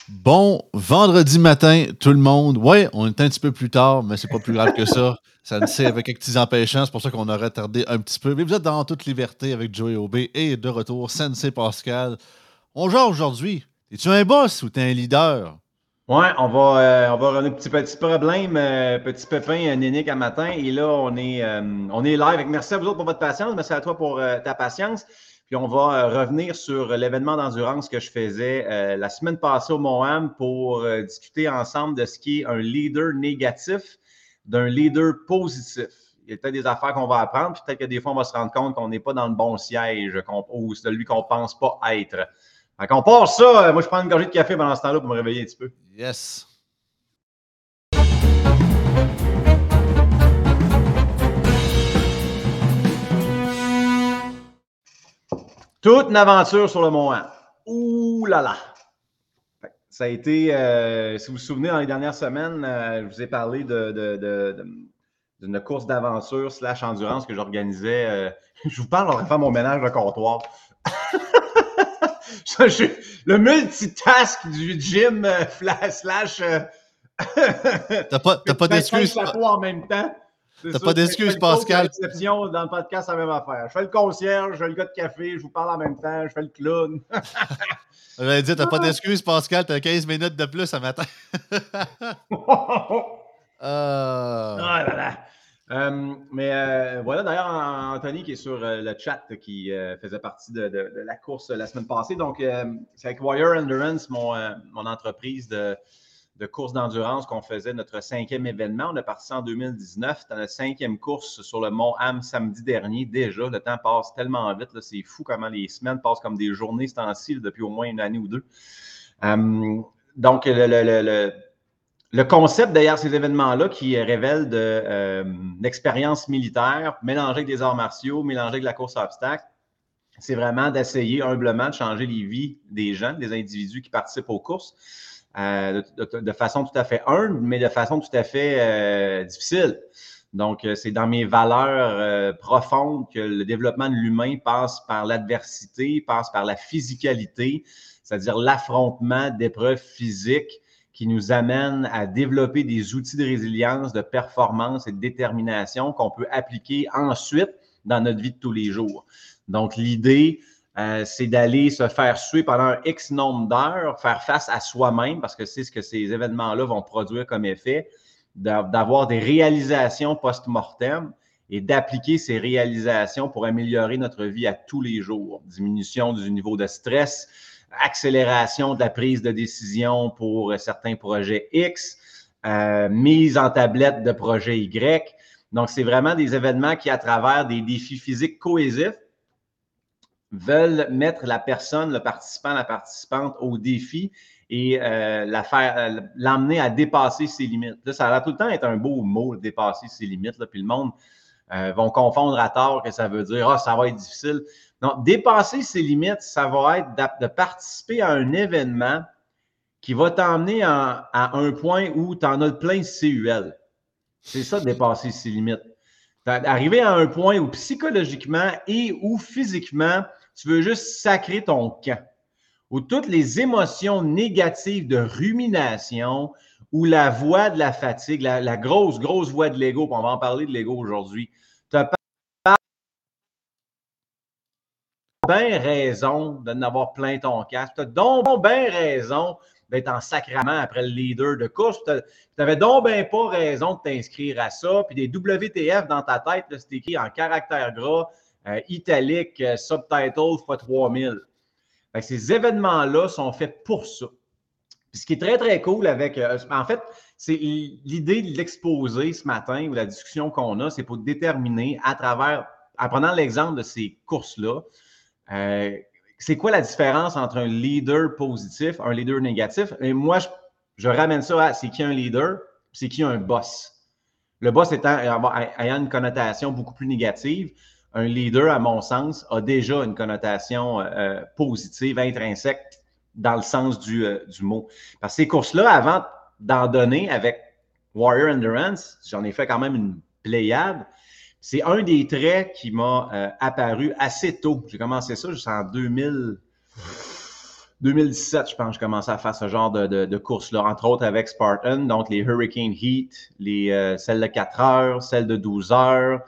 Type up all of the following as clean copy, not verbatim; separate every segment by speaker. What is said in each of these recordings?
Speaker 1: Bon vendredi matin, tout le monde. Ouais, on est un petit peu plus tard, mais c'est pas plus grave que ça. Ça ne sait avec quelques petits empêchants, c'est pour ça qu'on a retardé un petit peu. Mais vous êtes dans toute liberté avec Joey Aubé et de retour, Sensei Pascal. On joue aujourd'hui. Es-tu un boss ou t'es un leader?
Speaker 2: Ouais, on va avoir un petit problème, petit pépin nénique à matin. Et là, on est live. Merci à vous autres pour votre patience. Merci à toi pour ta patience. Puis on va revenir sur l'événement d'endurance que je faisais la semaine passée au Mont-Ham pour discuter ensemble de ce qui est un leader négatif d'un leader positif. Il y a peut-être des affaires qu'on va apprendre, puis peut-être que des fois, on va se rendre compte qu'on n'est pas dans le bon siège ou celui qu'on pense pas être. Fait qu'on part ça. Moi, je prends une gorgée de café pendant ce temps-là pour me réveiller un petit peu.
Speaker 1: Yes.
Speaker 2: Toute une aventure sur le Mont-Ham. Ouh là là! Ça a été, si vous vous souvenez, dans les dernières semaines, je vous ai parlé d'une course d'aventure / endurance que j'organisais. Je vous parle, on va faire mon ménage de comptoir. Le multitask du gym slash
Speaker 1: T'as pas d'excuses.
Speaker 2: chapeau en même temps.
Speaker 1: T'as pas d'excuses, Pascal.
Speaker 2: L'exception dans le podcast, c'est la même affaire. Je fais le concierge, je fais le gars de café, je vous parle en même temps, je fais le clown.
Speaker 1: J'allais dire, t'as pas d'excuses, Pascal. T'as 15 minutes de plus ce matin.
Speaker 2: Ah là là. Mais voilà, d'ailleurs, Anthony qui est sur le chat qui faisait partie de la course la semaine passée. Donc, c'est avec Wire Endurance, mon entreprise de course d'endurance qu'on faisait notre 5e événement. On a parti en 2019. C'était notre 5e course sur le Mont Ham samedi dernier. Déjà, le temps passe tellement vite. Là, c'est fou comment les semaines passent comme des journées ce temps-ci depuis au moins une année ou deux. Donc, le concept derrière ces événements-là qui révèle de l'expérience militaire mélangée avec des arts martiaux, mélangée avec la course à obstacles, c'est vraiment d'essayer humblement de changer les vies des gens, des individus qui participent aux courses de façon tout à fait humble, mais de façon tout à fait difficile. Donc, c'est dans mes valeurs profondes que le développement de l'humain passe par l'adversité, passe par la physicalité, c'est-à-dire l'affrontement d'épreuves physiques qui nous amènent à développer des outils de résilience, de performance et de détermination qu'on peut appliquer ensuite dans notre vie de tous les jours. Donc, l'idée, c'est d'aller se faire suer pendant un X nombre d'heures, faire face à soi-même, parce que c'est ce que ces événements-là vont produire comme effet, d'avoir des réalisations post-mortem et d'appliquer ces réalisations pour améliorer notre vie à tous les jours. Diminution du niveau de stress, accélération de la prise de décision pour certains projets X, mise en tablette de projets Y. Donc, c'est vraiment des événements qui, à travers des défis physiques cohésifs, veulent mettre la personne, le participant, la participante au défi et l'emmener à dépasser ses limites. Là, ça a tout le temps être un beau mot, dépasser ses limites. Là, puis le monde vont confondre à tort que ça veut dire « Ah, ça va être difficile ». Non, dépasser ses limites, ça va être de participer à un événement qui va t'emmener à un point où tu en as plein de CUL. C'est ça, dépasser ses limites. Arriver à un point où psychologiquement et ou physiquement, tu veux juste sacrer ton camp, où toutes les émotions négatives de rumination ou la voix de la fatigue, la grosse voix de l'ego, on va en parler de l'ego aujourd'hui, tu as bien raison de n'avoir plein ton casque, tu as donc bien raison d'être en sacrament après le leader de course, tu n'avais donc bien pas raison de t'inscrire à ça, puis des WTF dans ta tête, c'est écrit en caractère gras, italique, subtitle x 3000. Fait que ces événements-là sont faits pour ça. Puis ce qui est très, très cool avec... en fait, c'est l'idée de l'exposer ce matin ou la discussion qu'on a, c'est pour déterminer à travers, en prenant l'exemple de ces courses-là, c'est quoi la différence entre un leader positif, un leader négatif? Et moi, je ramène ça à c'est qui un leader, c'est qui un boss. Le boss ayant une connotation beaucoup plus négative, un leader, à mon sens, a déjà une connotation positive, intrinsèque, dans le sens du mot. Parce que ces courses-là, avant d'en donner avec Warrior Endurance, j'en ai fait quand même une pléiade, c'est un des traits qui m'a apparu assez tôt. J'ai commencé ça juste en 2017, je pense, je commençais à faire ce genre de courses-là, entre autres avec Spartan, donc les Hurricane Heat, celles de 4 heures, celles de 12 heures,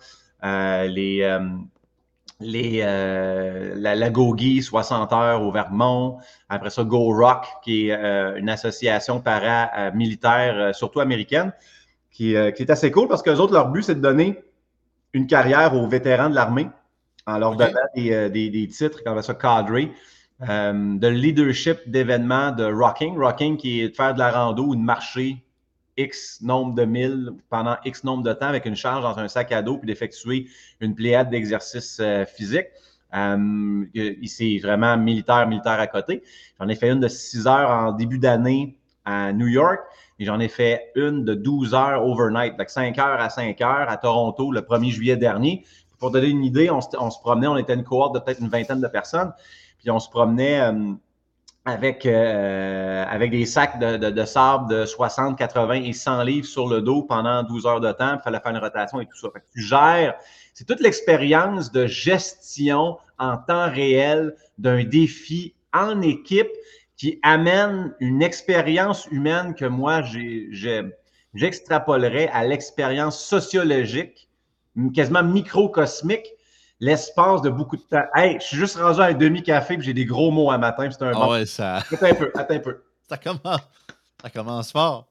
Speaker 2: la Gogi 60 heures au Vermont. Après ça, Go Rock, qui est une association paramilitaire, surtout américaine, qui est assez cool parce qu'eux autres, leur but, c'est de donner une carrière aux vétérans de l'armée en leur donnant des titres, comme ça, cadrés, de leadership d'événements de rocking. Rocking qui est de faire de la rando ou de marcher X nombre de milles pendant X nombre de temps avec une charge dans un sac à dos puis d'effectuer une pléiade d'exercices physiques. C'est vraiment militaire à côté. J'en ai fait une de 6 heures en début d'année à New York et j'en ai fait une de 12 heures overnight, donc 5 heures à 5 heures à Toronto le 1er juillet dernier. Pour donner une idée, on se promenait, on était une cohorte de peut-être une vingtaine de personnes, puis on se promenait avec des sacs de sable de 60, 80 et 100 livres sur le dos pendant 12 heures de temps. Il fallait faire une rotation et tout ça. Fait que tu gères, c'est toute l'expérience de gestion en temps réel d'un défi en équipe qui amène une expérience humaine que moi, j'extrapolerais à l'expérience sociologique, quasiment microcosmique, l'espace de beaucoup de temps. Hey, je suis juste rendu à un demi-café et j'ai des gros mots à matin. C'est un bon.
Speaker 1: Ouais, ça...
Speaker 2: Attends un peu.
Speaker 1: Ça commence fort.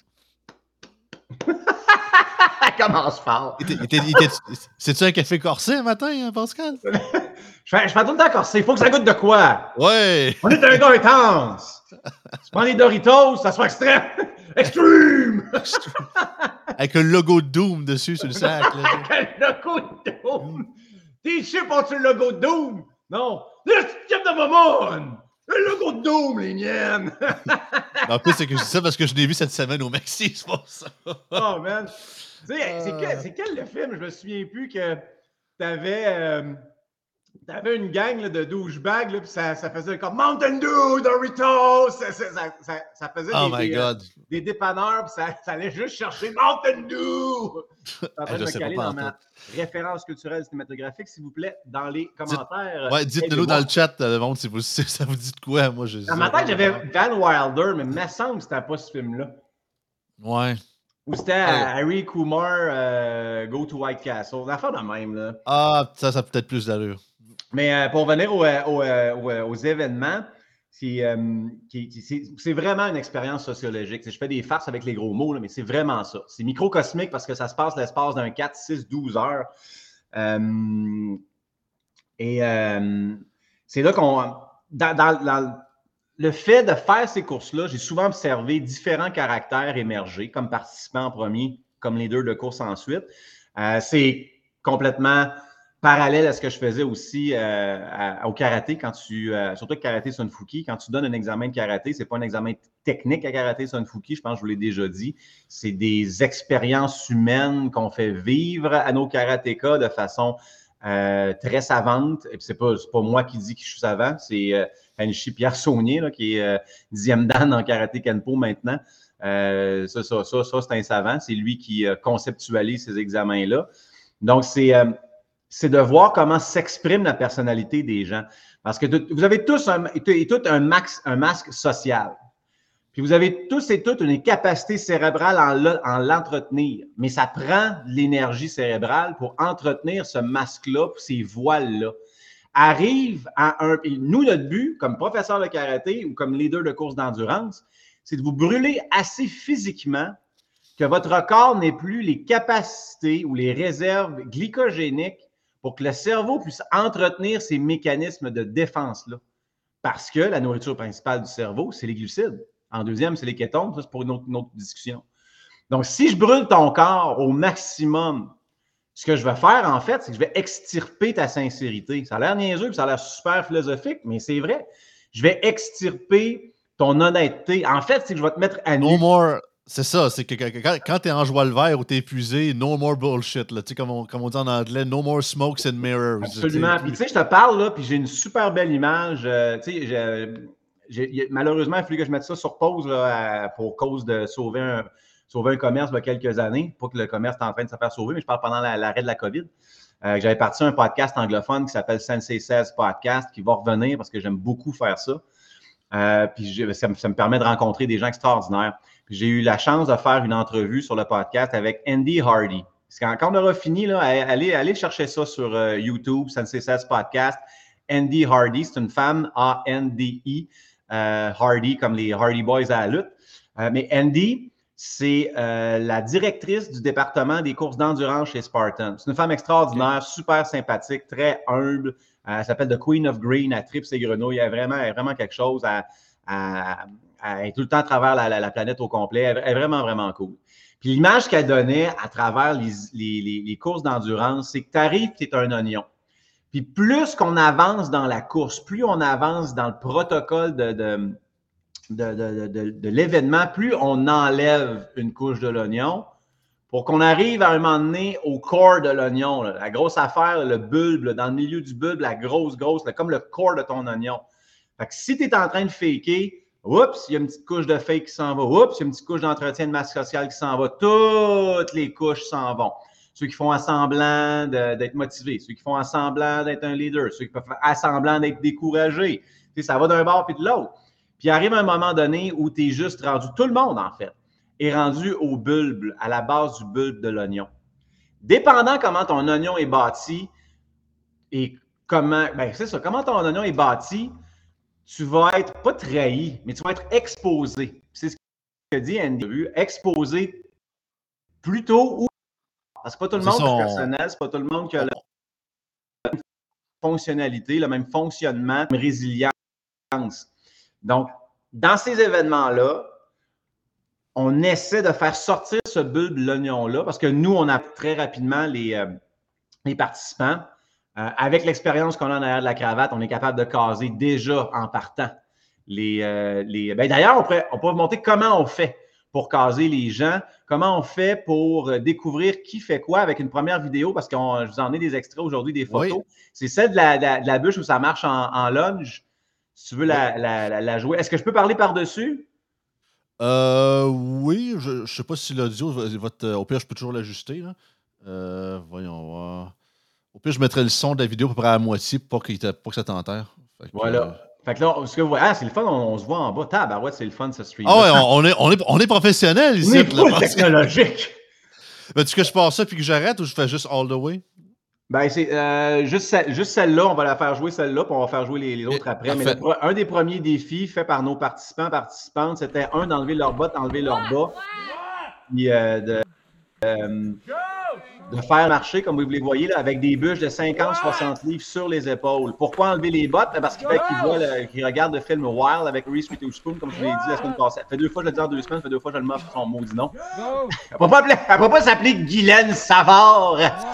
Speaker 2: Ça commence fort.
Speaker 1: C'est-tu un café corsé un matin, hein, Pascal?
Speaker 2: Je fais tout le temps corsé. Il faut que ça goûte de quoi?
Speaker 1: Ouais!
Speaker 2: On est un gars intense. Tu prends les Doritos, ça soit extrême. Extreme!
Speaker 1: Avec le logo de Doom dessus sur le sac.
Speaker 2: Avec le logo de Doom! Tes chips ont-tu le logo de Doom? Non. Le type de Momon! Le logo de Doom, les miennes!
Speaker 1: En plus, c'est que je dis ça parce que je l'ai vu cette semaine au Mexique, c'est pour ça.
Speaker 2: Oh, man! Tu sais, c'est quel le film? Je me souviens plus que t'avais une gang là, de douchebags, puis ça faisait comme Mountain Dew, Doritos! Ça faisait des dépanneurs, puis ça allait juste chercher Mountain Dew! En train de me caler dans ma référence culturelle cinématographique, s'il vous plaît, dans les commentaires.
Speaker 1: Dites-le dans le chat, le monde, si ça vous dit de quoi. Moi,
Speaker 2: dans ma tête, j'avais Van Wilder, mais il me semble que c'était pas ce film-là.
Speaker 1: Ouais.
Speaker 2: Ou c'était Harry Kumar, Go to White Castle. L'affaire de même, là.
Speaker 1: Ah, ça a peut-être plus d'allure.
Speaker 2: Mais pour revenir aux événements, c'est vraiment une expérience sociologique. Je fais des farces avec les gros mots, là, mais c'est vraiment ça. C'est microcosmique parce que ça se passe l'espace d'un 4, 6, 12 heures. C'est là qu'on... Dans le fait de faire ces courses-là, j'ai souvent observé différents caractères émerger, comme participant en premier, comme leader de course ensuite. C'est complètement parallèle à ce que je faisais aussi au karaté, surtout le karaté Sunfuki, quand tu donnes un examen de karaté, c'est pas un examen technique à karaté Sunfuki, je pense que je vous l'ai déjà dit, c'est des expériences humaines qu'on fait vivre à nos karatékas de façon très savante. Et puis c'est pas moi qui dis que je suis savant, c'est Hanishi Pierre Saunier, là, qui est 10e dan en karaté Kenpo maintenant. Ça, c'est un savant. C'est lui qui conceptualise ces examens-là. Donc, c'est de voir comment s'exprime la personnalité des gens. Parce que vous avez tous un masque social. Puis vous avez tous et toutes une capacité cérébrale en l'entretenir. Mais ça prend de l'énergie cérébrale pour entretenir ce masque-là, ces voiles-là. Nous, notre but, comme professeur de karaté ou comme leader de course d'endurance, c'est de vous brûler assez physiquement que votre corps n'ait plus les capacités ou les réserves glycogéniques pour que le cerveau puisse entretenir ces mécanismes de défense-là. Parce que la nourriture principale du cerveau, c'est les glucides. En deuxième, c'est les kétones. Ça, c'est pour une autre discussion. Donc, si je brûle ton corps au maximum, ce que je vais faire, en fait, c'est que je vais extirper ta sincérité. Ça a l'air niaiseux, puis ça a l'air super philosophique, mais c'est vrai. Je vais extirper ton honnêteté. En fait, c'est que je vais te mettre à nu.
Speaker 1: No more... C'est ça, c'est que quand t'es en joie le vert ou t'es épuisé, no more bullshit, là, comme on dit en anglais, no more smokes and mirrors.
Speaker 2: Absolument. Puis tu sais, je te parle, là, puis j'ai une super belle image. Malheureusement, il a fallu que je mette ça sur pause là, pour cause de sauver un commerce il y a quelques années. Pas que le commerce est en train de se faire sauver, mais je parle pendant l'arrêt de la COVID. J'avais parti un podcast anglophone qui s'appelle Sensei Says Podcast, qui va revenir parce que j'aime beaucoup faire ça. Puis ça me permet de rencontrer des gens extraordinaires. Puis j'ai eu la chance de faire une entrevue sur le podcast avec Andy Hardy. Quand on aura fini, là, allez chercher ça sur YouTube, Sensei 16 Podcast. Andy Hardy, c'est une femme, A-N-D-I, Hardy, comme les Hardy Boys à la lutte. Mais Andy, c'est la directrice du département des courses d'endurance chez Spartan. C'est une femme extraordinaire, super sympathique, très humble. Elle s'appelle The Queen of Green, elle tripe ses grenouilles. Il y a vraiment quelque chose à être tout le temps à travers la planète au complet. Elle est vraiment, vraiment cool. Puis l'image qu'elle donnait à travers les courses d'endurance, c'est que tu arrives et tu es un oignon. Puis plus qu'on avance dans la course, plus on avance dans le protocole de l'événement, plus on enlève une couche de l'oignon pour qu'on arrive à un moment donné au corps de l'oignon, là, la grosse affaire, le bulbe, là, dans le milieu du bulbe, la grosse, là, comme le corps de ton oignon. Fait que si tu es en train de faker, oups, il y a une petite couche de fake qui s'en va, oups, il y a une petite couche d'entretien de masse sociale qui s'en va, toutes les couches s'en vont. Ceux qui font semblant d'être motivés, ceux qui font semblant d'être un leader, ceux qui peuvent faire semblant d'être découragés. Tu sais, ça va d'un bord puis de l'autre. Puis il arrive un moment donné où tu es juste rendu, tout le monde en fait, est rendu au bulbe, à la base du bulbe de l'oignon. Dépendant comment ton oignon est bâti et comment, ben c'est ça, comment ton oignon est bâti, tu vas être pas trahi, mais tu vas être exposé. C'est ce que dit Andy, exposé plus tôt ou parce que pas tout le monde qui est personnel, c'est pas tout le monde qui a la même fonctionnalité, le même fonctionnement, la même résilience. Donc, dans ces événements-là, on essaie de faire sortir ce bulbe de l'oignon-là parce que nous, on a très rapidement les participants. Avec l'expérience qu'on a en arrière de la cravate, on est capable de caser déjà en partant. D'ailleurs, on peut vous montrer comment on fait pour caser les gens, comment on fait pour découvrir qui fait quoi avec une première vidéo, parce que je vous en ai des extraits aujourd'hui, des photos. Oui. C'est celle de la bûche où ça marche en lunge. Si tu veux la jouer. Est-ce que je peux parler par-dessus?
Speaker 1: Oui, je ne sais pas si l'audio, au pire, je peux toujours l'ajuster. Voyons voir. Au pire, je mettrais le son de la vidéo à peu près à la moitié pour pas que ça t'enterre.
Speaker 2: Voilà. Fait que là, ce que vous voyez, c'est le fun, on se voit en bas. Tabarouette, c'est le fun, ce stream.
Speaker 1: Ah ouais, on est professionnels ici.
Speaker 2: On est full technologique.
Speaker 1: Veux-tu que je passe ça puis que j'arrête ou je fais juste all the way?
Speaker 2: Ben, c'est juste celle-là, on va la faire jouer celle-là, puis on va faire jouer les autres après. Mais un des premiers défis faits par nos participantes, c'était d'enlever leurs bottes, d'enlever leurs bas, puis de faire marcher, comme vous les voyez, là, avec des bûches de 50-60 livres sur les épaules. Pourquoi enlever les bottes? Parce qu'il fait qu'il regarde le film Wild avec Reese Witherspoon, comme je vous l'ai dit la semaine passée. Ça fait 2 fois que je le dis en 2 semaines, ça fait 2 fois que je le m'offre son maudit nom. Elle ne peut pas s'appeler Guylaine Savard.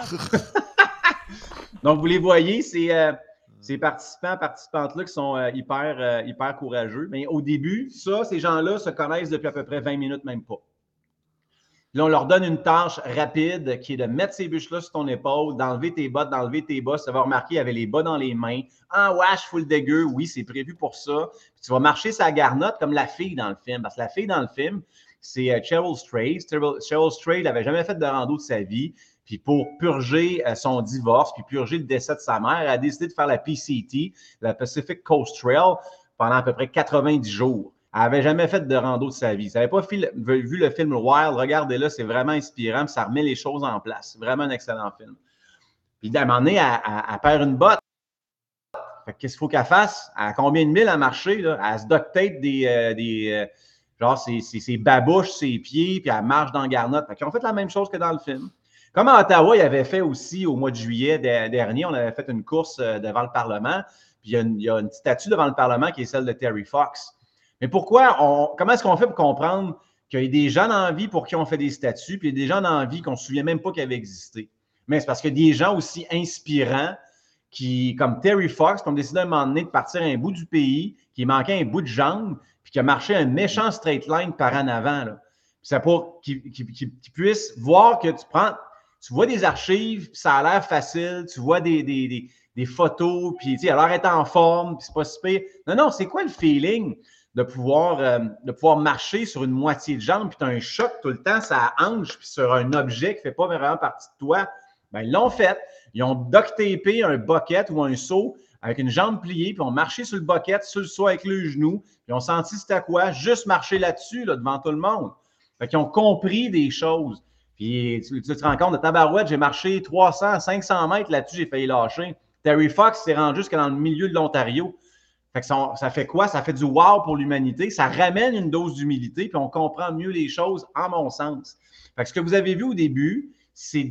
Speaker 2: Donc, vous les voyez, ces participantes-là qui sont hyper courageux. Mais au début, ces gens-là se connaissent depuis à peu près 20 minutes, même pas. Là, on leur donne une tâche rapide qui est de mettre ces bûches-là sur ton épaule, d'enlever tes bottes, d'enlever tes bas. Ça va remarquer, il y avait les bas dans les mains. Ah, wesh, full dégueu. Oui, c'est prévu pour ça. Puis tu vas marcher sa garnotte comme la fille dans le film. Parce que la fille dans le film, c'est Cheryl Strayed. Cheryl Strayed n'avait jamais fait de rando de sa vie. Puis pour purger son divorce, puis purger le décès de sa mère, elle a décidé de faire la PCT, la Pacific Coast Trail, pendant à peu près 90 jours. Elle n'avait jamais fait de rando de sa vie. Si elle n'avait pas vu le film Wild, regardez-le, c'est vraiment inspirant, puis ça remet les choses en place. C'est vraiment un excellent film. Puis à un moment donné, elle perd une botte. Qu'est-ce qu'il faut qu'elle fasse? À combien de milles elle marché? Là? Elle se duct tape genre ses babouches, ses pieds, puis elle marche dans la garnotte. Ils ont fait la même chose que dans le film. Comme à Ottawa, il avait fait aussi au mois de juillet dernier, on avait fait une course devant le Parlement. Puis il y a une statue devant le Parlement qui est celle de Terry Fox. Mais comment est-ce qu'on fait pour comprendre qu'il y a des gens dans la vie pour qui on fait des statues, puis il y a des gens dans la vie qu'on ne se souvient même pas qu'ils avaient existé? Mais c'est parce qu'il y a des gens aussi inspirants comme Terry Fox, qui ont décidé à un moment donné de partir à un bout du pays, qui manquait un bout de jambe, puis qui a marché un méchant straight line par en avant. Là. C'est pour qu'ils puissent voir que tu vois des archives, puis ça a l'air facile, tu vois des photos, puis elle a l'air d'être en forme, puis c'est pas si pire. Non, c'est quoi le feeling de pouvoir marcher sur une moitié de jambe, puis tu as un choc tout le temps, ça hanche, puis sur un objet qui ne fait pas vraiment partie de toi? Bien, ils l'ont fait. Ils ont duct tapé un bucket ou un seau avec une jambe pliée, puis ont marché sur le bucket, sur le sol avec le genou, puis ont senti c'était quoi, juste marcher là-dessus, là, devant tout le monde. Fait qu'ils ont compris des choses. Puis tu te rends compte de tabarouette, j'ai marché 300, 500 mètres là-dessus, j'ai failli lâcher. Terry Fox s'est rendu jusqu'à dans le milieu de l'Ontario. Fait que ça fait quoi? Ça fait du wow pour l'humanité. Ça ramène une dose d'humilité, puis on comprend mieux les choses, en mon sens. Fait que ce que vous avez vu au début, c'est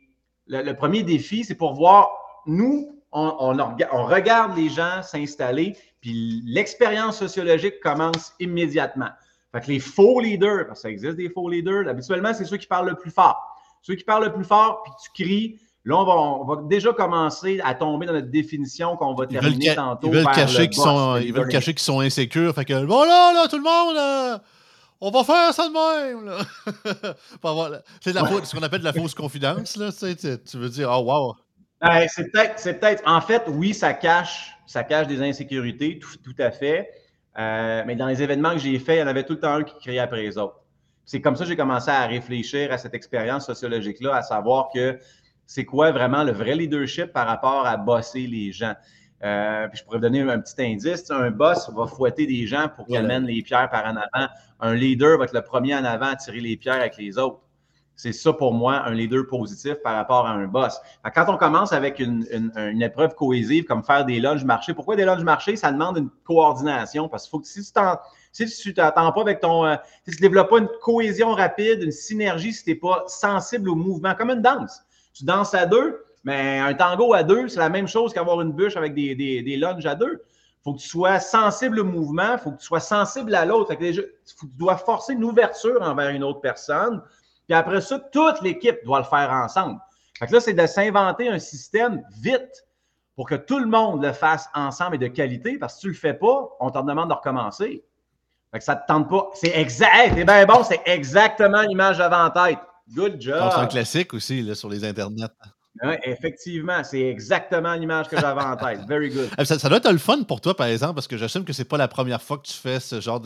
Speaker 2: le premier défi, c'est pour voir, nous, on regarde les gens s'installer, puis l'expérience sociologique commence immédiatement. Fait que les faux leaders, parce que ça existe des faux leaders, habituellement, c'est ceux qui parlent le plus fort. Ceux qui parlent le plus fort, puis tu cries, là, on va déjà commencer à tomber dans notre définition qu'on va terminer tantôt.
Speaker 1: Ils veulent cacher qu'ils sont insécures. Fait que, bon là, tout le monde, on va faire ça de même. Là. C'est ce qu'on appelle de la fausse confidence. Là, tu veux dire, oh wow.
Speaker 2: C'est peut-être. En fait, oui, ça cache des insécurités, tout à fait. Mais dans les événements que j'ai faits, il y en avait tout le temps un qui criait après les autres. C'est comme ça que j'ai commencé à réfléchir à cette expérience sociologique-là, à savoir que c'est quoi vraiment le vrai leadership par rapport à bosser les gens. Puis je pourrais vous donner un petit indice. Un boss va fouetter des gens pour qu'ils amènent les pierres par en avant. Un leader va être le premier en avant à tirer les pierres avec les autres. C'est ça pour moi, un leader positif par rapport à un boss. Quand on commence avec une épreuve cohésive comme faire des lunges marchés, pourquoi des lunges marchés? Ça demande une coordination parce qu'il faut que si tu t'attends pas avec si tu ne développes pas une cohésion rapide, une synergie, si tu n'es pas sensible au mouvement, comme une danse. Tu danses à deux, mais un tango à deux, c'est la même chose qu'avoir une bûche avec des lunges à deux. Il faut que tu sois sensible au mouvement, il faut que tu sois sensible à l'autre. Tu dois forcer une ouverture envers une autre personne. Puis après ça, toute l'équipe doit le faire ensemble. Fait que là, c'est de s'inventer un système vite pour que tout le monde le fasse ensemble et de qualité, parce que si tu ne le fais pas, on te demande de recommencer. Fait que ça ne te tente pas. C'est exact. Hey, t'es bien bon, c'est exactement l'image j'avais en tête. Good job.
Speaker 1: C'est un classique aussi là, sur les internets.
Speaker 2: Oui, effectivement, c'est exactement l'image que j'avais en tête. Very good.
Speaker 1: Ça doit être le fun pour toi, par exemple, parce que j'assume que c'est pas la première fois que tu fais ce genre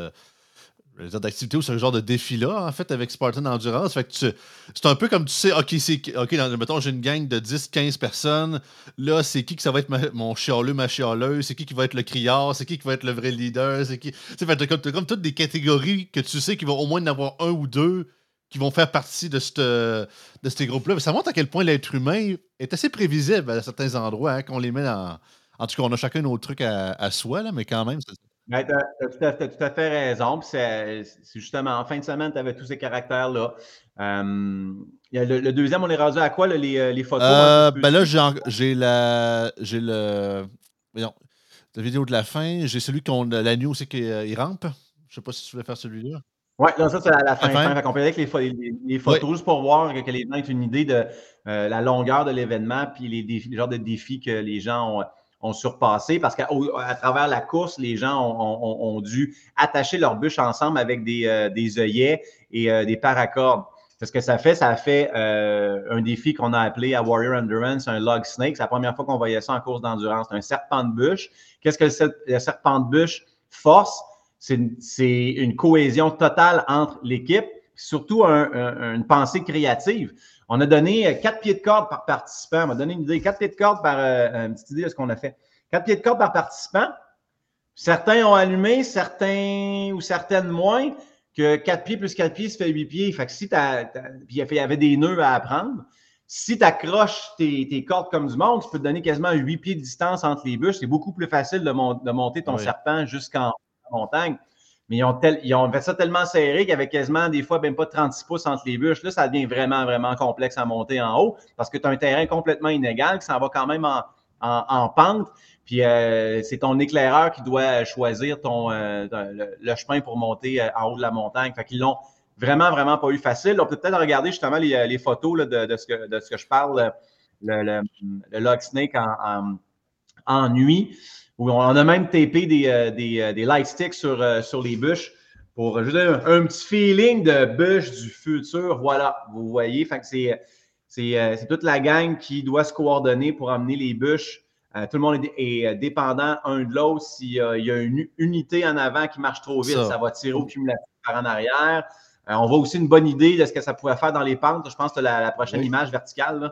Speaker 1: d'activité ou ce genre de défi-là, en fait, avec Spartan Endurance. Fait que c'est un peu comme tu sais, mettons, j'ai une gang de 10-15 personnes. Là, c'est qui que ça va être mon chialeux, ma chialeuse? C'est qui va être le criard? C'est qui va être le vrai leader? C'est qui? Tu sais, t'as comme toutes des catégories que tu sais qu'il va au moins en avoir un ou deux qui vont faire partie de ces groupes-là. Mais ça montre à quel point l'être humain est assez prévisible à certains endroits, hein, qu'on les met dans... En tout cas, on a chacun nos trucs à soi, là, mais quand même...
Speaker 2: Ben, tu as tout à fait raison. Puis c'est justement, en fin de semaine, tu avais tous ces caractères-là. Le deuxième, on est rendu à quoi, là, les photos?
Speaker 1: Ben là, j'ai la vidéo de la fin. J'ai celui la nuit aussi qu'il rampe. Je sais pas si tu voulais faire celui-là.
Speaker 2: Oui, ça, c'est à la fin. Fait qu'on peut aller avec les photos juste pour voir que les gens aient une idée de la longueur de l'événement puis les genres de défis que les gens ont surpassé, parce qu'à travers la course, les gens ont dû attacher leurs bûches ensemble avec des œillets et des paracordes. Ce que ça a fait un défi qu'on a appelé à Warrior Endurance un log snake. C'est la première fois qu'on voyait ça en course d'endurance. C'est un serpent de bûche. Qu'est-ce que le serpent de bûche force? C'est une cohésion totale entre l'équipe, surtout une pensée créative. On a donné 4 pieds de corde par participant. On m'a donné une idée. 4 pieds de corde une petite idée de ce qu'on a fait. 4 pieds de corde par participant. Certains ont allumé, certains ou certaines moins, que 4 pieds plus 4 pieds, ça fait 8 pieds. Fait que si puis il y avait des nœuds à apprendre. Si tu accroches tes cordes comme du monde, tu peux te donner quasiment 8 pieds de distance entre les bûches. C'est beaucoup plus facile de monter ton serpent jusqu'en montagne. Mais ils ont fait ça tellement serré qu'il y avait quasiment des fois même pas 36 pouces entre les bûches. Là, ça devient vraiment, vraiment complexe à monter en haut parce que tu as un terrain complètement inégal qui s'en va quand même en pente. Puis c'est ton éclaireur qui doit choisir le chemin pour monter en haut de la montagne. Fait qu'ils l'ont vraiment, vraiment pas eu facile. On peut peut-être regarder justement les photos là, de ce que je parle, le log snake en nuit. Où on a même tapé des light sticks sur les bûches pour juste un petit feeling de bûche du futur. Voilà, vous voyez. Fait que c'est toute la gang qui doit se coordonner pour amener les bûches. Tout le monde est dépendant un de l'autre. S'il y a une unité en avant qui marche trop vite, ça va tirer au cumulatif par en arrière. On voit aussi une bonne idée de ce que ça pourrait faire dans les pentes. Je pense que la prochaine image verticale, là,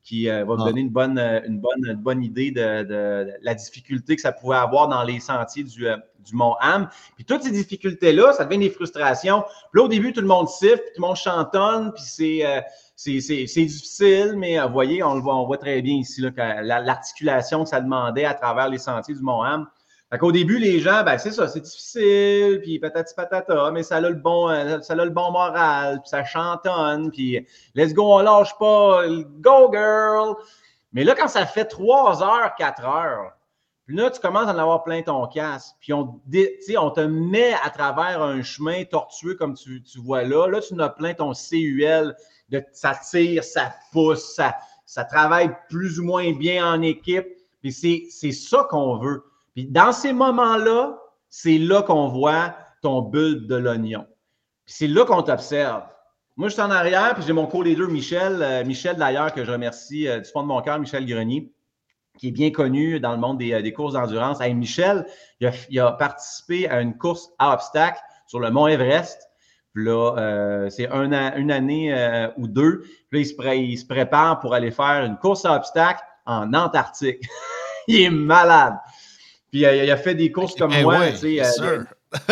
Speaker 2: qui va me donner une bonne idée de la difficulté que ça pouvait avoir dans les sentiers du Mont Ham. Puis toutes ces difficultés-là, ça devient des frustrations. Puis là, au début, tout le monde siffle, puis tout le monde chantonne, puis c'est difficile, mais vous voyez, on voit très bien ici là, que l'articulation que ça demandait à travers les sentiers du Mont Ham. Fait qu'au début, les gens, ben c'est ça, c'est difficile, puis patati patata, mais ça a le bon moral, puis ça chantonne, puis let's go, on lâche pas, go girl! Mais là, quand ça fait 3 heures, 4 heures, puis là, tu commences à en avoir plein ton casque, puis on te met à travers un chemin tortueux comme tu vois là. Là, tu en as plein ton CUL, ça tire, ça pousse, ça travaille plus ou moins bien en équipe, puis c'est ça qu'on veut. Puis dans ces moments-là, c'est là qu'on voit ton bulbe de l'oignon. Puis c'est là qu'on t'observe. Moi, je suis en arrière, puis j'ai mon co-leader Michel. Michel, d'ailleurs, que je remercie du fond de mon cœur, Michel Grenier, qui est bien connu dans le monde des courses d'endurance. Hey, Michel, il a participé à une course à obstacles sur le mont Everest. Puis là, c'est une année ou deux. Puis là, il se prépare pour aller faire une course à obstacles en Antarctique. Il est malade. Puis il a fait des courses comme moi.
Speaker 1: Ouais, tu sais,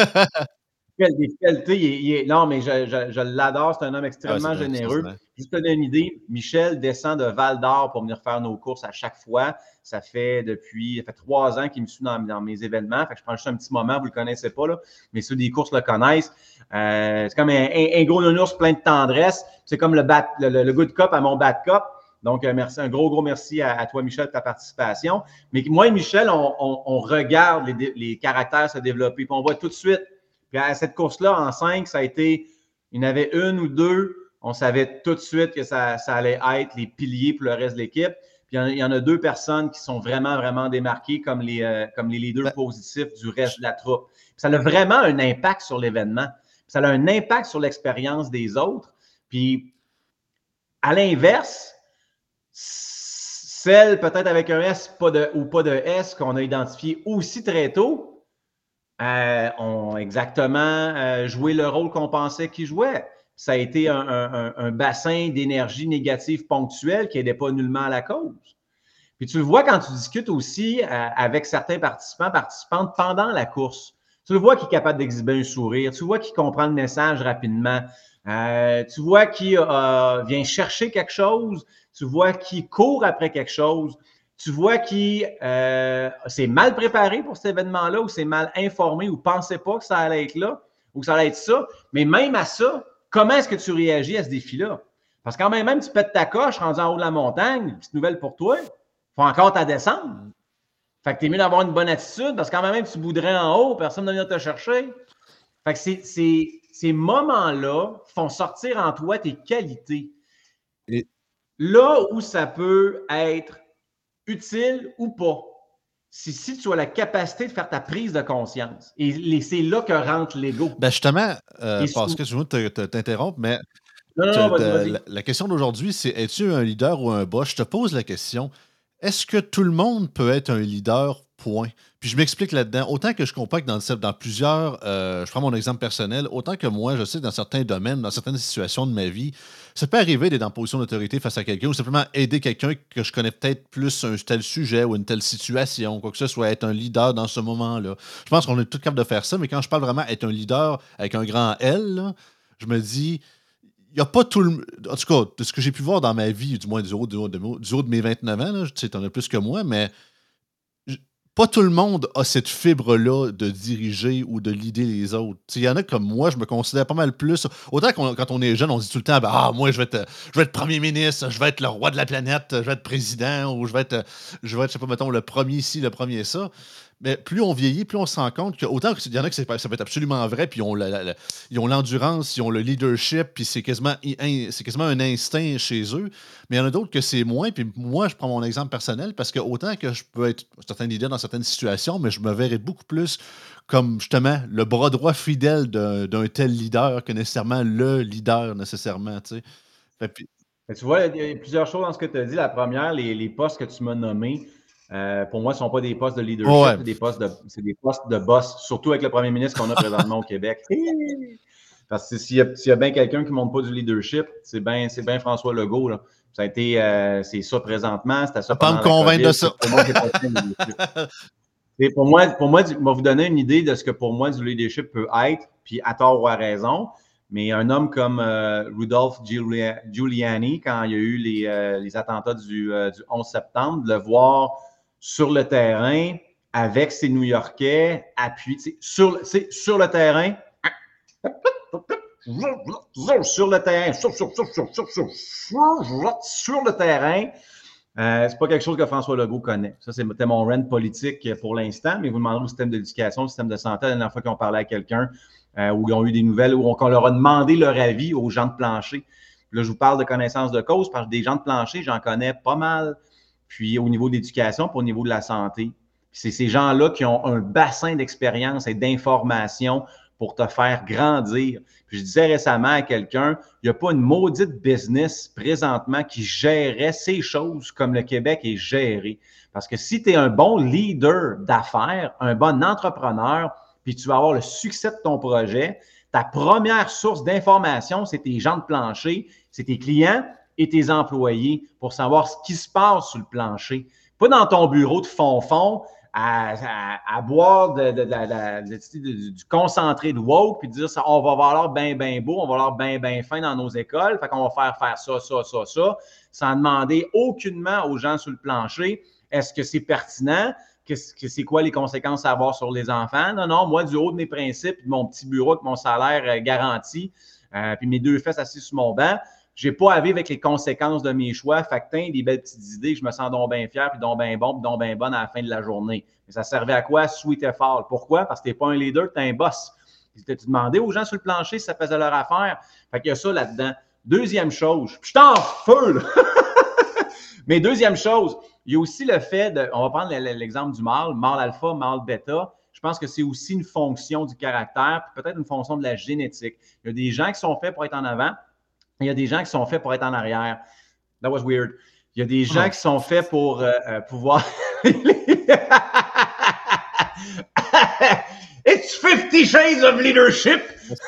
Speaker 2: non, mais je l'adore. C'est un homme extrêmement généreux. Juste te donner une idée, Michel descend de Val-d'Or pour venir faire nos courses à chaque fois. Ça fait 3 ans qu'il me suit dans mes événements. Fait que je prends juste un petit moment, vous ne le connaissez pas, là, mais ceux des courses le connaissent. C'est comme un gros nounours plein de tendresse. C'est comme le good cop à mon bad cop. Donc, merci, un gros merci à toi, Michel, pour ta participation. Mais moi et Michel, on regarde les caractères se développer. Puis on voit tout de suite. Puis à cette course-là, en 5, ça a été, il y en avait une ou deux. On savait tout de suite que ça allait être les piliers pour le reste de l'équipe. Puis il y en a 2 personnes qui sont vraiment, vraiment démarquées comme les leaders positifs du reste de la troupe. Puis ça a vraiment un impact sur l'événement. Puis ça a un impact sur l'expérience des autres. Puis à l'inverse, celle peut-être avec un S ou pas de S qu'on a identifié aussi très tôt, ont exactement joué le rôle qu'on pensait qu'ils jouaient. Ça a été un bassin d'énergie négative ponctuelle qui n'aidait pas nullement à la cause. Puis tu le vois quand tu discutes aussi avec certains participantes pendant la course. Tu le vois qui est capable d'exhiber un sourire. Tu vois qui comprend le message rapidement. Tu vois qui vient chercher quelque chose. Tu vois qui court après quelque chose. Tu vois qui s'est mal préparé pour cet événement-là ou s'est mal informé ou ne pensait pas que ça allait être là ou que ça allait être ça. Mais même à ça, comment est-ce que tu réagis à ce défi-là? Parce que quand même, tu pètes ta coche rendu en haut de la montagne, petite nouvelle pour toi, il faut encore ta descendre. Fait que t'es mieux d'avoir une bonne attitude parce que quand même, tu boudrais en haut, personne ne vient te chercher. Fait que ces moments-là font sortir en toi tes qualités. Et là où ça peut être utile ou pas, c'est si tu as la capacité de faire ta prise de conscience. Et c'est là que rentre l'ego.
Speaker 1: Ben justement, parce que je veux t'interrompre, mais
Speaker 2: vas-y.
Speaker 1: La question d'aujourd'hui, c'est es-tu un leader ou un boss? Je te pose la question. Est-ce que tout le monde peut être un leader? Point. Puis je m'explique là-dedans. Autant que je comprends que dans plusieurs, je prends mon exemple personnel, autant que moi, je sais que dans certains domaines, dans certaines situations de ma vie, ça peut arriver d'être en position d'autorité face à quelqu'un ou simplement aider quelqu'un que je connais peut-être plus un tel sujet ou une telle situation, quoi que ce soit, être un leader dans ce moment-là. Je pense qu'on est tous capables de faire ça, mais quand je parle vraiment être un leader avec un grand L, là, je me dis, il n'y a pas tout le... En tout cas, de ce que j'ai pu voir dans ma vie, du moins du haut de mes 29 ans, là, tu sais, t'en as plus que moi, mais pas tout le monde a cette fibre-là de diriger ou de leader les autres. Il y en a comme moi, je me considère pas mal plus. Autant quand on est jeune, on se dit tout le temps, moi, je vais être premier ministre, je vais être le roi de la planète, je vais être président, ou je vais être, je sais pas, mettons, le premier ci, le premier ça. Mais plus on vieillit, plus on se rend compte que autant qu'il y en a que ça peut être absolument vrai, puis ils ont l'endurance, ils ont le leadership, puis c'est quasiment un instinct chez eux. Mais il y en a d'autres que c'est moins. Puis moi, je prends mon exemple personnel parce que autant que je peux être certain leader dans certaines situations, mais je me verrais beaucoup plus comme justement le bras droit fidèle d'un tel leader que nécessairement le leader nécessairement. Tu sais.
Speaker 2: Tu vois, il y a plusieurs choses dans ce que tu as dit. La première, les postes que tu m'as nommés, pour moi, ne sont pas des postes de leadership, c'est des postes de boss, surtout avec le premier ministre qu'on a présentement au Québec. Parce que s'il y a bien quelqu'un qui ne montre pas du leadership, c'est bien François Legault. Là. Ça a été, c'est ça présentement, c'était ça
Speaker 1: pendant la COVID. Pas me convaincre de ça.
Speaker 2: Pour moi, je vais vous donner une idée de ce que pour moi du leadership peut être, puis à tort ou à raison. Mais un homme comme Rudolph Giuliani, quand il y a eu les attentats du 11 septembre, de le voir sur le terrain avec ses New-Yorkais, appuyés sur le terrain, sur le terrain, sur le terrain. C'est pas quelque chose que François Legault connaît. Ça, c'était mon rant politique pour l'instant, mais vous demandez au système d'éducation, au système de santé, la dernière fois qu'ils ont parlé à quelqu'un, où ils ont eu des nouvelles, où on leur a demandé leur avis aux gens de plancher. Là, je vous parle de connaissance de cause, parce que des gens de plancher, j'en connais pas mal. Puis au niveau de l'éducation, puis au niveau de la santé. Puis c'est ces gens-là qui ont un bassin d'expérience et d'information pour te faire grandir. Puis je disais récemment à quelqu'un, il n'y a pas une maudite business présentement qui gérerait ces choses comme le Québec est géré. Parce que si tu es un bon leader d'affaires, un bon entrepreneur, puis tu vas avoir le succès de ton projet, ta première source d'information, c'est tes gens de plancher, c'est tes clients et tes employés pour savoir ce qui se passe sur le plancher. Pas dans ton bureau de fond-fond, à boire du concentré de woke, puis dire ça, on va avoir l'air bien beau, on va avoir l'air bien fin dans nos écoles, fait qu'on va faire ça, sans demander aucunement aux gens sur le plancher, est-ce que c'est pertinent? C'est quoi les conséquences à avoir sur les enfants? Non, moi, du haut de mes principes, de mon petit bureau avec mon salaire garanti, puis mes 2 fesses assises sur mon banc, je n'ai pas à vivre avec les conséquences de mes choix. Fait que des belles petites idées, je me sens donc bien fier, puis donc bien bon, puis donc bien bonne à la fin de la journée. Mais ça servait à quoi? Sweet et fort. Pourquoi? Parce que tu n'es pas un leader, tu es un boss. Tu demandais aux gens sur le plancher si ça faisait leur affaire. Fait qu'il y a ça là-dedans. Deuxième chose, je t'en feu, là! Mais deuxième chose, il y a aussi le fait de, on va prendre l'exemple du mâle alpha, mâle bêta. Je pense que c'est aussi une fonction du caractère, puis peut-être une fonction de la génétique. Il y a des gens qui sont faits pour être en avant. Il y a des gens qui sont faits pour être en arrière. That was weird. Il y a des gens qui sont faits pour pouvoir... It's 50 Shades of Leadership!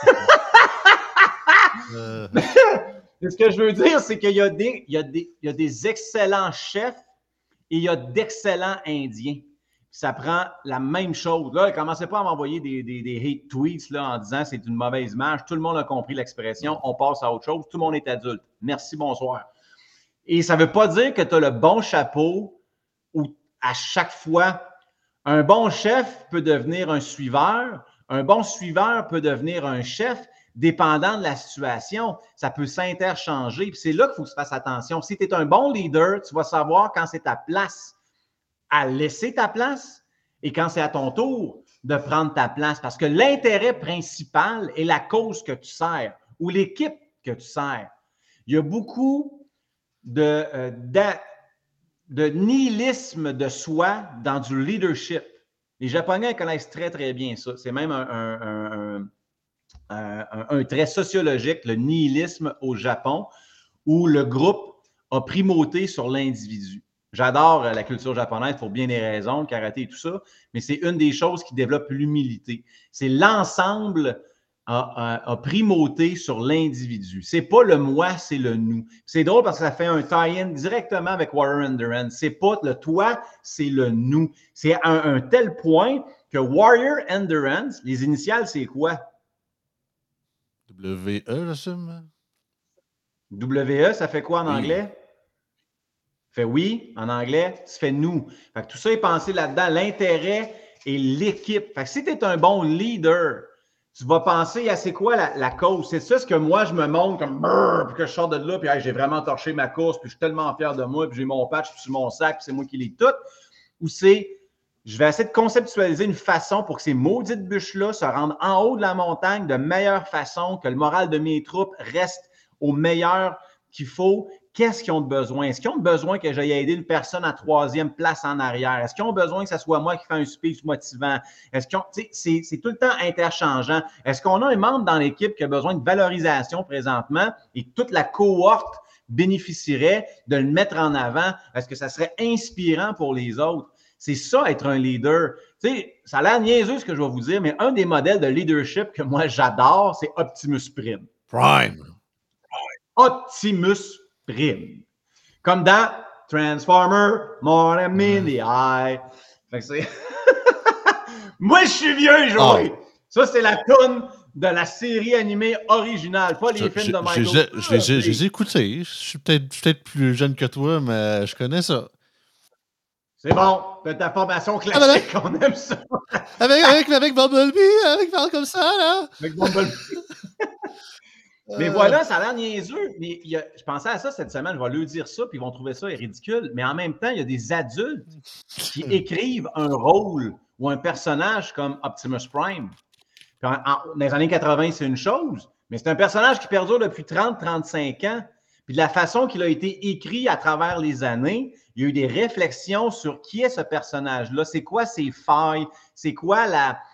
Speaker 2: Ce que je veux dire, c'est qu'il y a des excellents chefs et il y a d'excellents Indiens. Ça prend la même chose. Là, commencez pas à m'envoyer des hate tweets là, en disant c'est une mauvaise image. Tout le monde a compris l'expression. On passe à autre chose. Tout le monde est adulte. Merci, bonsoir. Et ça ne veut pas dire que tu as le bon chapeau où à chaque fois, un bon chef peut devenir un suiveur. Un bon suiveur peut devenir un chef, dépendant de la situation. Ça peut s'interchanger. Puis c'est là qu'il faut que tu fasses attention. Si tu es un bon leader, tu vas savoir quand c'est ta place à laisser ta place et quand c'est à ton tour de prendre ta place. Parce que l'intérêt principal est la cause que tu sers ou l'équipe que tu sers. Il y a beaucoup de nihilisme de soi dans du leadership. Les Japonais connaissent très, très bien ça. C'est même un trait sociologique, le nihilisme au Japon, où le groupe a primauté sur l'individu. J'adore la culture japonaise pour bien des raisons, le karaté et tout ça, mais c'est une des choses qui développe l'humilité. C'est l'ensemble a primauté sur l'individu. C'est pas le moi, c'est le nous. C'est drôle parce que ça fait un tie-in directement avec Warrior Endurance. C'est pas le toi, c'est le nous. C'est à un tel point que Warrior Endurance, les initiales, c'est quoi?
Speaker 1: WE, j'assume.
Speaker 2: WE, ça fait quoi en anglais? Fait oui, en anglais, tu fais nous. Fait que tout ça est pensé là-dedans, l'intérêt et l'équipe. Fait que si tu es un bon leader, tu vas penser à c'est quoi la cause. C'est ça ce que moi, je me montre comme puis que je sors de là, puis hey, j'ai vraiment torché ma course, puis je suis tellement fier de moi, puis j'ai mon patch sur mon sac, puis c'est moi qui l'ai tout. Ou c'est, je vais essayer de conceptualiser une façon pour que ces maudites bûches-là se rendent en haut de la montagne de meilleure façon, que le moral de mes troupes reste au meilleur qu'il faut. Qu'est-ce qu'ils ont de besoin? Est-ce qu'ils ont besoin que j'aille aider une personne à 3e place en arrière? Est-ce qu'ils ont besoin que ce soit moi qui fais un speech motivant? Est-ce qu'ils ont, c'est tout le temps interchangeant. Est-ce qu'on a un membre dans l'équipe qui a besoin de valorisation présentement et toute la cohorte bénéficierait de le mettre en avant? Est-ce que ça serait inspirant pour les autres? C'est ça, être un leader. Tu sais, ça a l'air niaiseux ce que je vais vous dire, mais un des modèles de leadership que moi j'adore, c'est Optimus Prime.
Speaker 1: Prime.
Speaker 2: Optimus Prime. Comme dans Transformer, More than in the Eye. Fait que c'est... Moi, je suis vieux, Joey! Ça, c'est la toune de la série animée originale, pas les films de Michael.
Speaker 1: Je les ai écoutés. Je suis peut-être plus jeune que toi, mais je connais ça.
Speaker 2: C'est bon, de ta formation classique, on aime ça.
Speaker 1: Avec Bumblebee, avec parle comme ça, là.
Speaker 2: Avec Bumblebee. Mais voilà, ça a l'air niaiseux. Mais je pensais à ça cette semaine, je vais leur dire ça, puis ils vont trouver ça ridicule. Mais en même temps, il y a des adultes qui écrivent un rôle ou un personnage comme Optimus Prime. Puis dans les années 80, c'est une chose, mais c'est un personnage qui perdure depuis 30-35 ans. Puis de la façon qu'il a été écrit à travers les années, il y a eu des réflexions sur qui est ce personnage-là, c'est quoi ses failles, c'est quoi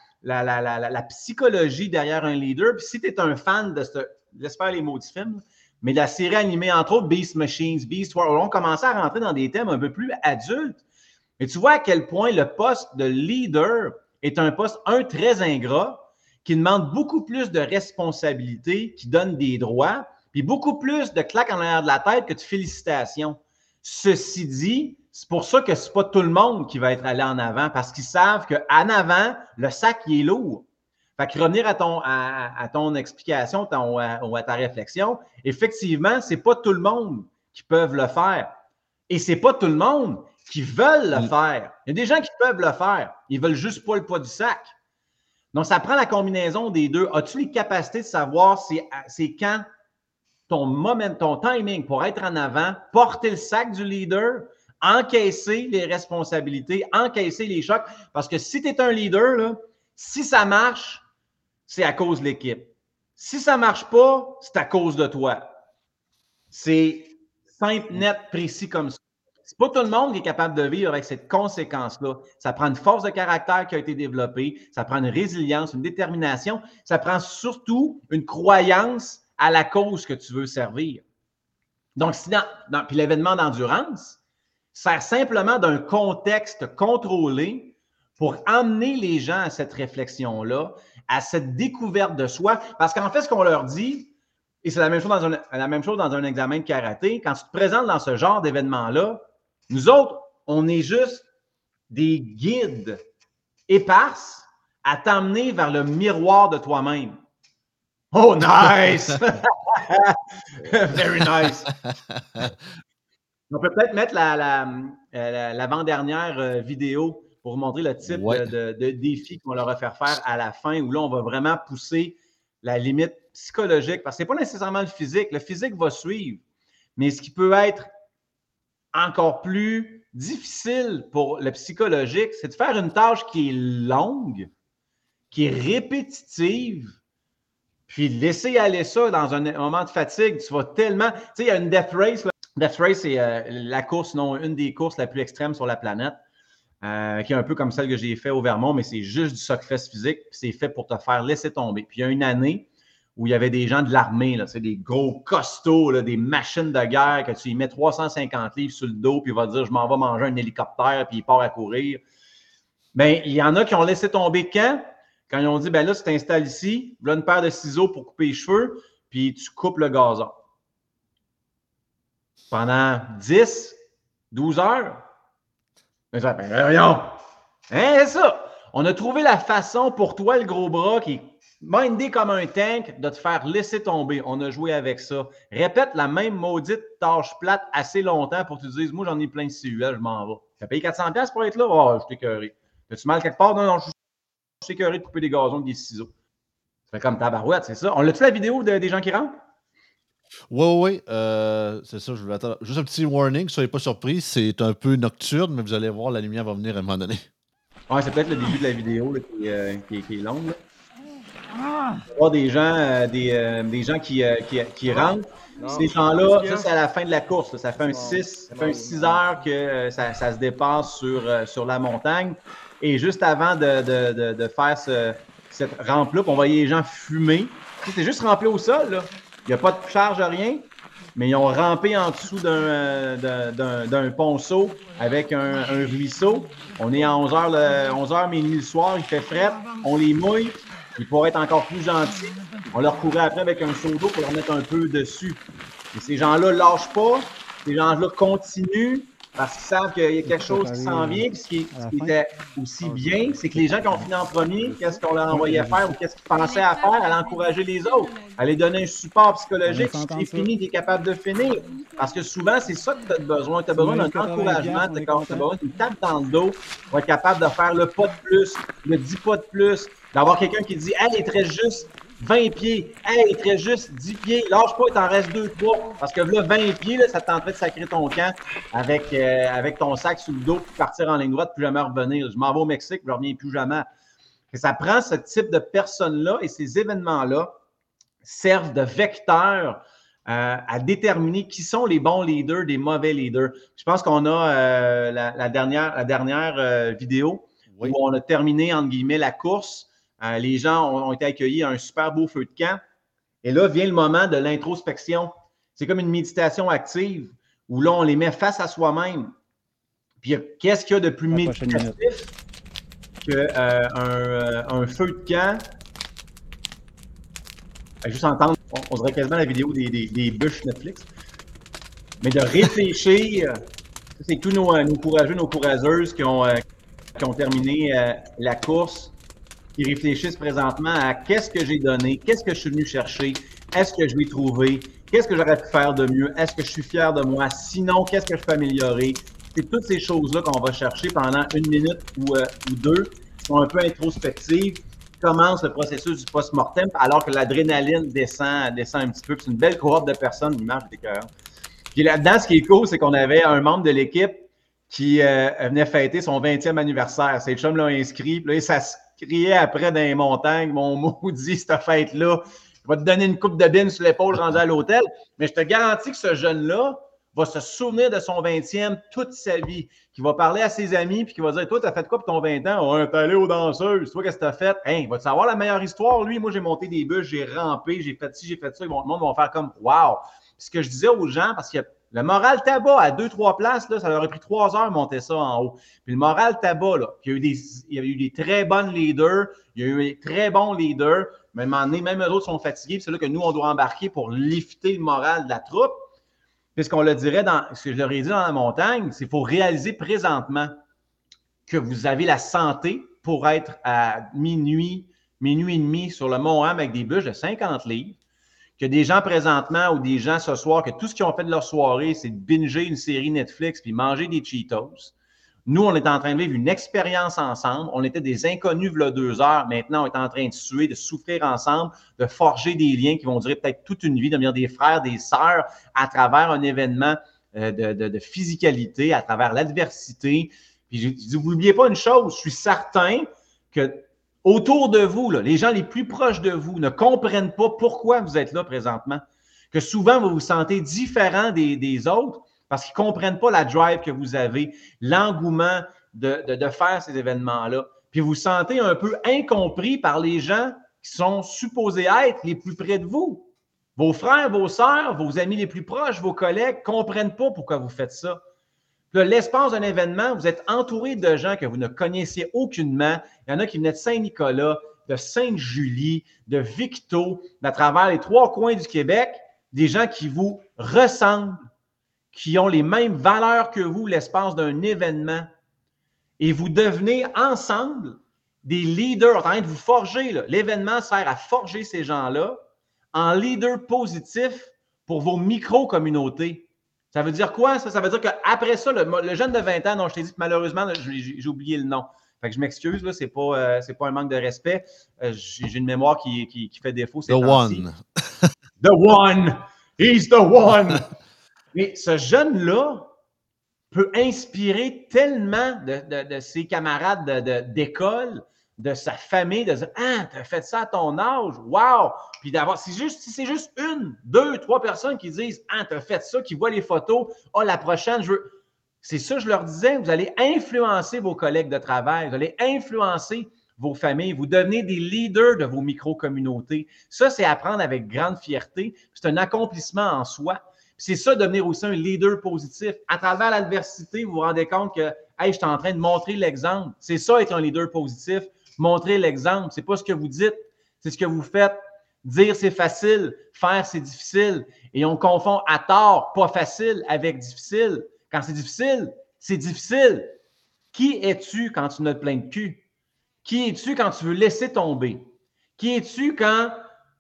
Speaker 2: la psychologie derrière un leader. Puis si tu es un fan de ce, laisse faire les mots du film, mais de la série animée, entre autres Beast Machines, Beast Wars, on commençait à rentrer dans des thèmes un peu plus adultes. Mais tu vois à quel point le poste de leader est un poste, très ingrat, qui demande beaucoup plus de responsabilités, qui donne des droits, puis beaucoup plus de claques en arrière de la tête que de félicitations. Ceci dit, c'est pour ça que c'est pas tout le monde qui va être allé en avant, parce qu'ils savent qu'en avant, le sac, il est lourd. Fait que revenir à ton explication, ou à ta réflexion, effectivement, c'est pas tout le monde qui peuvent le faire. Et c'est pas tout le monde qui veulent le faire. Il y a des gens qui peuvent le faire. Ils veulent juste pas le poids du sac. Donc, ça prend la combinaison des deux. As-tu les capacités de savoir c'est quand ton timing pour être en avant, porter le sac du leader, encaisser les responsabilités, encaisser les chocs? Parce que si tu es un leader, là, si ça marche, c'est à cause de l'équipe. Si ça ne marche pas, c'est à cause de toi. C'est simple, net, précis comme ça. C'est pas tout le monde qui est capable de vivre avec cette conséquence-là. Ça prend une force de caractère qui a été développée, ça prend une résilience, une détermination, ça prend surtout une croyance à la cause que tu veux servir. Donc, puis l'événement d'endurance sert simplement d'un contexte contrôlé pour emmener les gens à cette réflexion-là, à cette découverte de soi. Parce qu'en fait, ce qu'on leur dit, et c'est la même chose dans un examen de karaté, quand tu te présentes dans ce genre d'événement-là, nous autres, on est juste des guides éparses à t'emmener vers le miroir de toi-même. Oh, nice! Very nice! On peut peut-être mettre l'avant-dernière vidéo pour montrer le type de défi qu'on leur a fait faire à la fin, où là, on va vraiment pousser la limite psychologique, parce que ce n'est pas nécessairement le physique. Le physique va suivre, mais ce qui peut être encore plus difficile pour le psychologique, c'est de faire une tâche qui est longue, qui est répétitive, puis laisser aller ça dans un moment de fatigue. Tu vas tellement... Tu sais, il y a une Death Race. Là. Death Race, c'est la course, non, une des courses la plus extrême sur la planète, qui est un peu comme celle que j'ai fait au Vermont, mais c'est juste du suckfest physique, puis c'est fait pour te faire laisser tomber. Puis il y a une année où il y avait des gens de l'armée, là, des gros costauds, là, des machines de guerre, que tu y mets 350 livres sur le dos, puis il va te dire « je m'en vais manger un hélicoptère », puis il part à courir. Bien, il y en a qui ont laissé tomber quand ils ont dit « ben là, tu t'installes ici, là, une paire de ciseaux pour couper les cheveux, puis tu coupes le gazon. » Pendant 10, 12 heures. Ben, voyons! Hein, c'est ça! On a trouvé la façon pour toi, le gros bras, qui est mindé comme un tank, de te faire laisser tomber. On a joué avec ça. Répète la même maudite tâche plate assez longtemps pour que tu te dises « moi, j'en ai plein de CUL, je m'en vais. » Tu as payé 400$ pour être là? Oh, je t'ai écœuré. As-tu mal quelque part? Non, je suis écœuré de couper des gazons avec des ciseaux. Ça fait comme tabarouette, c'est ça. On l'a-tu la vidéo des gens qui rentrent?
Speaker 1: Oui. C'est ça, je voulais attendre. Juste un petit warning, soyez pas surpris, c'est un peu nocturne, mais vous allez voir, la lumière va venir à un moment donné.
Speaker 2: Ouais, c'est peut-être le début de la vidéo là, qui est longue. Là. Il y a des gens qui rentrent. Ces gens-là, ça, c'est à la fin de la course. Là. Ça fait un 6 heures que ça se dépasse sur la montagne. Et juste avant de faire cette rampe-là, on voyait les gens fumer. C'est juste rempli au sol. Là. Il n'y a pas de charge, rien. Mais ils ont rampé en dessous d'un ponceau avec un ruisseau. On est à 11h minuit le soir, il fait fret, on les mouille. Ils pourraient être encore plus gentils. On leur courait après avec un seau d'eau pour leur mettre un peu dessus. Et ces gens-là ne lâchent pas. ces gens-là continuent parce qu'ils savent qu'il y a quelque chose qui s'en vient. Puis ce qui était aussi bien, c'est que les gens qui ont fini en premier, qu'est-ce qu'on leur envoyait faire ou qu'est-ce qu'ils pensaient à faire? Aller encourager les autres, aller donner un support psychologique. Si tu es fini, tu es capable de finir. Parce que souvent, c'est ça que tu as besoin. Tu as besoin d'un encouragement, tu as besoin d'une tape dans le dos pour être capable de faire le pas de plus, le 10 pas de plus, d'avoir quelqu'un qui dit « Hey, il te reste juste 20 pieds. Hey, il te reste juste 10 pieds. Lâche pas, il t'en reste 2, 3. » Parce que là, 20 pieds, là, ça tenterait de sacrer ton camp avec ton sac sous le dos puis partir en ligne droite puis jamais revenir. Je m'en vais au Mexique, je ne reviens plus jamais. Et ça prend ce type de personnes-là et ces événements-là servent de vecteurs à déterminer qui sont les bons leaders des mauvais leaders. Je pense qu'on a la dernière vidéo où on a terminé, entre guillemets, la course. Les gens ont été accueillis à un super beau feu de camp. Et là vient le moment de l'introspection. C'est comme une méditation active où là, on les met face à soi-même. Puis, qu'est-ce qu'il y a de plus méditatif qu'un feu de camp? Juste entendre, on dirait quasiment la vidéo des bûches Netflix. Mais de réfléchir, c'est tous nos courageux, nos courageuses qui ont terminé la course, qui réfléchissent présentement à qu'est-ce que j'ai donné, qu'est-ce que je suis venu chercher, est-ce que je vais trouver, qu'est-ce que j'aurais pu faire de mieux, est-ce que je suis fier de moi, sinon, qu'est-ce que je peux améliorer. C'est toutes ces choses-là qu'on va chercher pendant 1 minute ou 2, qui sont un peu introspectives, commence le processus du post-mortem, alors que l'adrénaline descend un petit peu. C'est une belle cohorte de personnes, l'image est écœurante. Puis là-dedans, ce qui est cool, c'est qu'on avait un membre de l'équipe qui venait fêter son 20e anniversaire. Ces chums l'ont inscrit, puis là, ça se criait après dans les montagnes, mon maudit, cette fête-là, je vais te donner une coupe de bine sur l'épaule rendu à l'hôtel. Mais je te garantis que ce jeune-là va se souvenir de son 20e toute sa vie, qui va parler à ses amis, puis qui va dire « Toi, t'as fait quoi pour ton 20 ans? Ouais, t'es allé aux danseuses. Toi, qu'est-ce que t'as fait? Hey, va-tu savoir la meilleure histoire? Lui, moi, j'ai monté des bûches, j'ai rampé, j'ai fait ci, j'ai fait ça. Le monde va faire comme « Wow! » Ce que je disais aux gens, parce que le moral tabac à 2-3 places, là, ça leur a pris 3 heures de monter ça en haut. Puis le moral tabac, là, puis il y a eu des très bonnes leaders, il y a eu des très bons leaders, mais à un moment donné, même eux autres sont fatigués, puis c'est là que nous, on doit embarquer pour lifter le moral de la troupe. Puis ce qu'on le dirait ce que je leur ai dit dans la montagne, c'est qu'il faut réaliser présentement que vous avez la santé pour être à minuit et demi sur le Mont Ham avec des bûches de 50 livres, que des gens présentement ou des gens ce soir, que tout ce qu'ils ont fait de leur soirée, c'est de binger une série Netflix puis manger des Cheetos. Nous, on est en train de vivre une expérience ensemble. On était des inconnus il y a 2 heures. Maintenant, on est en train de suer, de souffrir ensemble, de forger des liens qui vont durer peut-être toute une vie, de devenir des frères, des sœurs à travers un événement de physicalité, à travers l'adversité. Puis, je dis, vous n'oubliez pas une chose, je suis certain que autour de vous, là, les gens les plus proches de vous ne comprennent pas pourquoi vous êtes là présentement. Que souvent, vous vous sentez différent des autres parce qu'ils ne comprennent pas la drive que vous avez, l'engouement de faire ces événements-là. Puis vous vous sentez un peu incompris par les gens qui sont supposés être les plus près de vous. Vos frères, vos sœurs, vos amis les plus proches, vos collègues ne comprennent pas pourquoi vous faites ça. Puis l'espace d'un événement, vous êtes entouré de gens que vous ne connaissiez aucunement. Il y en a qui venaient de Saint-Nicolas, de Sainte-Julie, de Victo, à travers les 3 coins du Québec, des gens qui vous ressemblent, qui ont les mêmes valeurs que vous, l'espace d'un événement. Et vous devenez ensemble des leaders en train de vous forger. Là. L'événement sert à forger ces gens-là en leaders positifs pour vos micro-communautés. Ça veut dire quoi, ça? Ça veut dire qu'après ça, le jeune de 20 ans, dont je t'ai dit que malheureusement, j'ai oublié le nom. Fait que je m'excuse, là, c'est pas un manque de respect. J'ai une mémoire qui fait défaut.
Speaker 1: The one.
Speaker 2: The one. He's the one. Mais ce jeune-là peut inspirer tellement de ses camarades d'école, de sa famille, de dire « Ah, t'as fait ça à ton âge, wow! » Puis d'avoir, si c'est juste 1, 2, 3 personnes qui disent « Ah, t'as fait ça », qui voient les photos, « Ah, la prochaine, je veux… » C'est ça, je leur disais, vous allez influencer vos collègues de travail, vous allez influencer vos familles, vous devenez des leaders de vos micro-communautés. Ça, c'est à prendre avec grande fierté. C'est un accomplissement en soi. C'est ça, devenir aussi un leader positif. À travers l'adversité, vous vous rendez compte que hey, je suis en train de montrer l'exemple. C'est ça, être un leader positif. Montrer l'exemple. Ce n'est pas ce que vous dites, c'est ce que vous faites. Dire c'est facile, faire c'est difficile. Et on confond à tort pas facile avec difficile. Quand c'est difficile, c'est difficile. Qui es-tu quand tu n'as plein de cul? Qui es-tu quand tu veux laisser tomber? Qui es-tu quand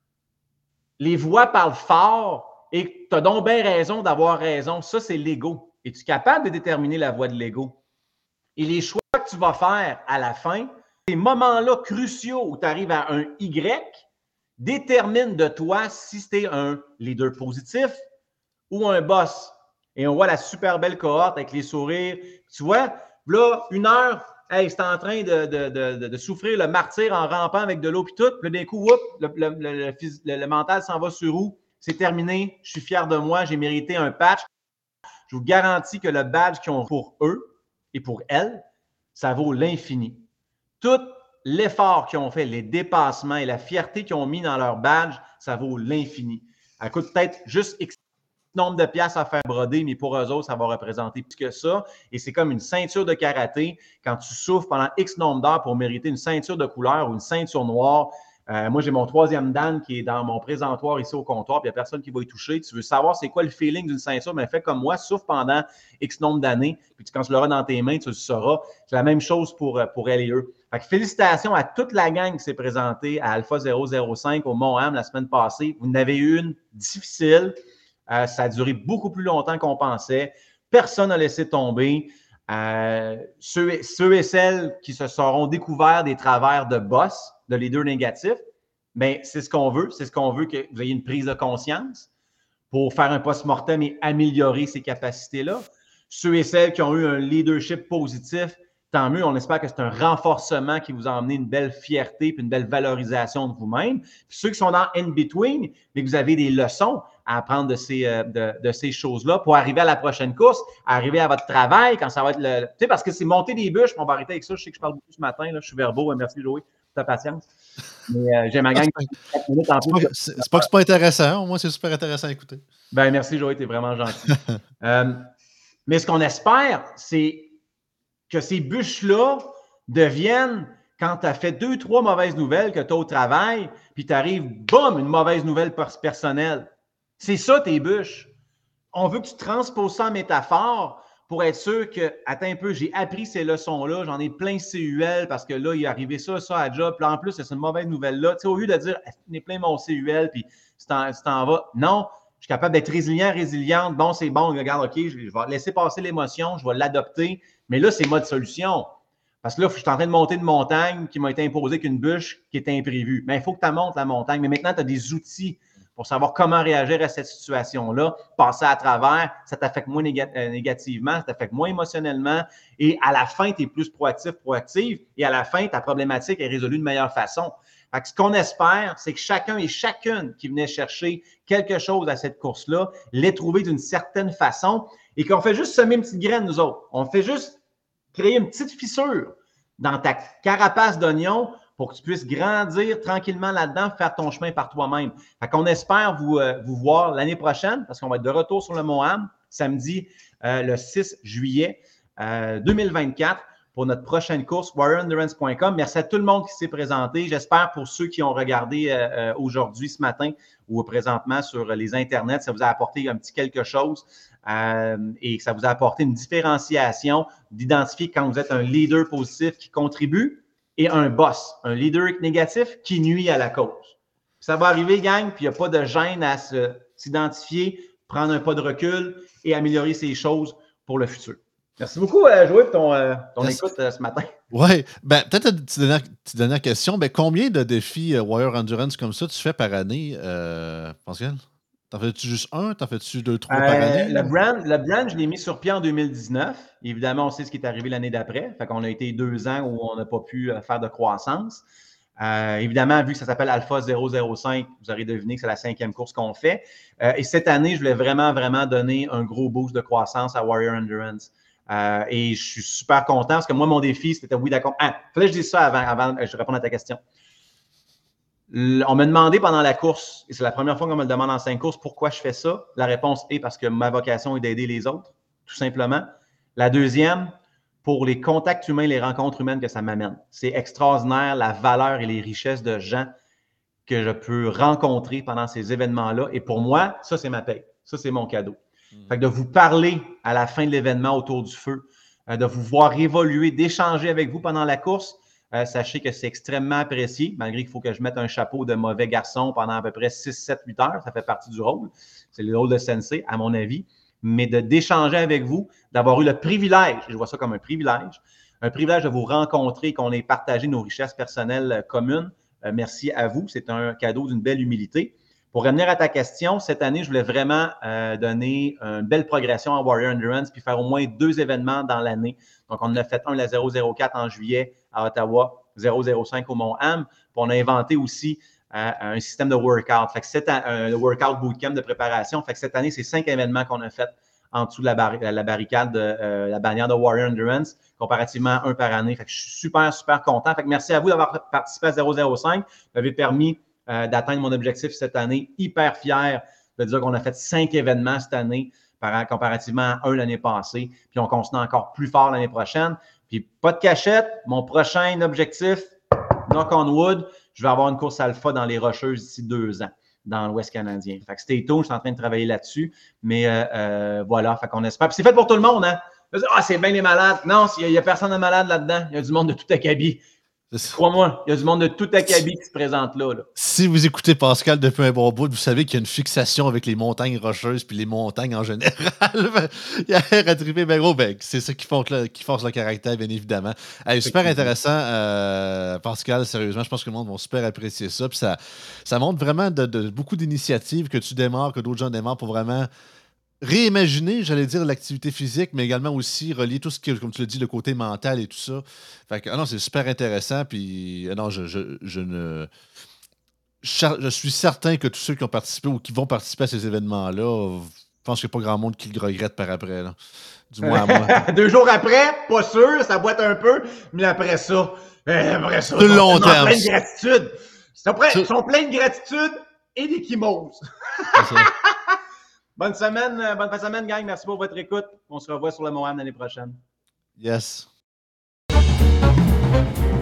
Speaker 2: les voix parlent fort et tu as donc bien raison d'avoir raison? Ça, c'est l'ego. Es-tu capable de déterminer la voix de l'ego? Et les choix que tu vas faire à la fin, ces moments-là cruciaux où tu arrives à un Y, déterminent de toi si tu es un leader positif ou un boss. Et on voit la super belle cohorte avec les sourires. Tu vois, là, 1 heure, hey, c'est en train de souffrir le martyre en rampant avec de l'eau puis tout. Puis d'un coup, whoop, le mental s'en va sur où? C'est terminé. Je suis fier de moi. J'ai mérité un patch. Je vous garantis que le badge qu'ils ont pour eux et pour elles, ça vaut l'infini. Tout l'effort qu'ils ont fait, les dépassements et la fierté qu'ils ont mis dans leur badge, ça vaut l'infini. Ça coûte peut-être juste X nombre de piastres à faire broder, mais pour eux autres, ça va représenter plus que ça. Et c'est comme une ceinture de karaté. Quand tu souffres pendant X nombre d'heures pour mériter une ceinture de couleur ou une ceinture noire, moi, j'ai mon 3e dan qui est dans mon présentoir ici au comptoir, puis il n'y a personne qui va y toucher. Tu veux savoir c'est quoi le feeling d'une ceinture, mais fais comme moi, souffre pendant X nombre d'années, puis quand tu l'auras dans tes mains, tu le sauras. C'est la même chose pour elle et eux. Fait que félicitations à toute la gang qui s'est présentée à Alpha 005 au Mont-Ham la semaine passée. Vous en avez eu une difficile. Ça a duré beaucoup plus longtemps qu'on pensait. Personne n'a laissé tomber. Ceux et celles qui se seront découverts des travers de boss, de leader négatif, mais c'est ce qu'on veut. C'est ce qu'on veut, que vous ayez une prise de conscience pour faire un post-mortem et améliorer ces capacités-là. Ceux et celles qui ont eu un leadership positif, tant mieux. On espère que c'est un renforcement qui vous a amené une belle fierté et une belle valorisation de vous-même. Puis ceux qui sont dans in-between, mais que vous avez des leçons à apprendre de ces choses-là pour arriver à la prochaine course, arriver à votre travail, quand ça va être le... Tu sais, parce que c'est monter des bûches, on va arrêter avec ça. Je sais que je parle beaucoup ce matin, là, je suis verbaux. Merci, Joey, pour ta patience. Mais j'ai ma gang de 4 minutes en plus.
Speaker 1: C'est pas que c'est pas intéressant. Moi, c'est super intéressant à écouter.
Speaker 2: Ben, merci, Joey, tu es vraiment gentil. Mais ce qu'on espère, c'est que ces bûches-là deviennent, quand tu as fait 2-3 mauvaises nouvelles que tu as au travail, puis tu arrives, boum, une mauvaise nouvelle personnelle. C'est ça, tes bûches. On veut que tu transposes ça en métaphore pour être sûr que, attends un peu, j'ai appris ces leçons-là, j'en ai plein CUL parce que là, il est arrivé ça à job, puis en plus, c'est une mauvaise nouvelle-là. Tu sais, au lieu de dire, j'en ai plein mon CUL, puis tu t'en vas. Non, je suis capable d'être résiliente. Bon, c'est bon, regarde, OK, je vais laisser passer l'émotion, je vais l'adopter. Mais là, c'est mode solution. Parce que là, je suis en train de monter une montagne qui m'a été imposée qu'une bûche qui est imprévue. Mais il faut que tu montes la montagne. Mais maintenant, tu as des outils pour savoir comment réagir à cette situation-là, passer à travers, ça t'affecte moins négativement, ça t'affecte moins émotionnellement. Et à la fin, tu es plus proactive. Et à la fin, ta problématique est résolue de meilleure façon. Fait que ce qu'on espère, c'est que chacun et chacune qui venait chercher quelque chose à cette course-là l'ait trouvé d'une certaine façon et qu'on fait juste semer une petite graine, nous autres. On fait juste créer une petite fissure dans ta carapace d'oignon pour que tu puisses grandir tranquillement là-dedans, faire ton chemin par toi-même. Fait qu'on espère vous voir l'année prochaine parce qu'on va être de retour sur le Mont-Ham samedi le 6 juillet 2024 pour notre prochaine course, warriorendurance.com. Merci à tout le monde qui s'est présenté. J'espère pour ceux qui ont regardé aujourd'hui, ce matin ou présentement sur les internets, ça vous a apporté un petit quelque chose et que ça vous a apporté une différenciation d'identifier quand vous êtes un leader positif qui contribue et un boss, un leader négatif qui nuit à la cause. Ça va arriver, gang, puis il n'y a pas de gêne à s'identifier, prendre un pas de recul et améliorer ces choses pour le futur. Merci beaucoup, Joey, pour ton écoute ce matin.
Speaker 1: Oui. Ben, peut-être une petite dernière question. Ben, combien de défis Warrior Endurance comme ça tu fais par année, Pascal? T'en fais-tu juste un? T'en fais-tu 2, 3 par année?
Speaker 2: Le brand, je l'ai mis sur pied en 2019. Évidemment, on sait ce qui est arrivé l'année d'après. Fait qu'on a été 2 ans où on n'a pas pu faire de croissance. Évidemment, vu que ça s'appelle Alpha 005, vous aurez deviné que c'est la 5e course qu'on fait. Et cette année, je voulais vraiment donner un gros boost de croissance à Warrior Endurance. Et je suis super content parce que moi, mon défi, c'était oui, d'accord. Il fallait que je dise ça avant que je réponde à ta question. On m'a demandé pendant la course, et c'est la première fois qu'on me le demande en 5 courses, pourquoi je fais ça. La réponse est parce que ma vocation est d'aider les autres, tout simplement. La deuxième, pour les contacts humains, les rencontres humaines que ça m'amène. C'est extraordinaire la valeur et les richesses de gens que je peux rencontrer pendant ces événements-là. Et pour moi, ça, c'est ma paye. Ça, c'est mon cadeau. Fait que de vous parler à la fin de l'événement autour du feu, de vous voir évoluer, d'échanger avec vous pendant la course, sachez que c'est extrêmement apprécié, malgré qu'il faut que je mette un chapeau de mauvais garçon pendant à peu près 6, 7, 8 heures. Ça fait partie du rôle. C'est le rôle de sensei, à mon avis. Mais d'échanger avec vous, d'avoir eu le privilège, je vois ça comme un privilège de vous rencontrer, qu'on ait partagé nos richesses personnelles communes. Merci à vous. C'est un cadeau d'une belle humilité. Pour revenir à ta question, cette année, je voulais vraiment donner une belle progression à Warrior Endurance puis faire au moins 2 événements dans l'année. Donc, on en a fait un, la 004 en juillet à Ottawa, 005 au Mont-Ham. Puis, on a inventé aussi un système de workout. Fait que c'est un workout bootcamp de préparation. Fait que cette année, c'est 5 événements qu'on a fait en dessous de la barricade, la bannière de Warrior Endurance, comparativement à un par année. Fait que je suis super, super content. Fait que merci à vous d'avoir participé à 005. Vous m'avez permis d'atteindre mon objectif cette année. Hyper fier de dire qu'on a fait 5 événements cette année comparativement à un l'année passée. Puis on continue encore plus fort l'année prochaine. Puis pas de cachette. Mon prochain objectif, knock on wood, je vais avoir une course alpha dans les Rocheuses d'ici 2 ans dans l'Ouest canadien. Fait que stay tuned, je suis en train de travailler là-dessus. Mais voilà, fait qu'on espère. Puis c'est fait pour tout le monde, hein? C'est bien les malades. Non, il n'y a personne de malade là-dedans. Il y a du monde de tout acabit. Crois-moi, il y a du monde de tout acabit qui se présente là.
Speaker 1: Si vous écoutez Pascal depuis un bon bout, vous savez qu'il y a une fixation avec les montagnes rocheuses puis les montagnes en général. Il a l'air à triper, mais gros, c'est ça qui force le caractère, bien évidemment. Hey, super intéressant, Pascal, sérieusement, je pense que le monde va super apprécier ça. Puis ça montre vraiment de beaucoup d'initiatives que tu démarres, que d'autres gens démarrent pour vraiment réimaginer, j'allais dire, l'activité physique, mais également aussi relier tout ce qui est, comme tu l'as dit, le côté mental et tout ça. Fait que, non, c'est super intéressant. Puis, non, je suis certain que tous ceux qui ont participé ou qui vont participer à ces événements-là, je pense qu'il n'y a pas grand monde qui le regrette par après. Là. Du moins à moi.
Speaker 2: 2 jours après, pas sûr, ça boite un peu, mais après ça,
Speaker 1: de long terme.
Speaker 2: Plein de gratitude. Ils sont pleins de gratitude et d'échymose. Bonne fin de semaine, gang. Merci pour votre écoute. On se revoit sur le Mont-Ham l'année prochaine.
Speaker 1: Yes.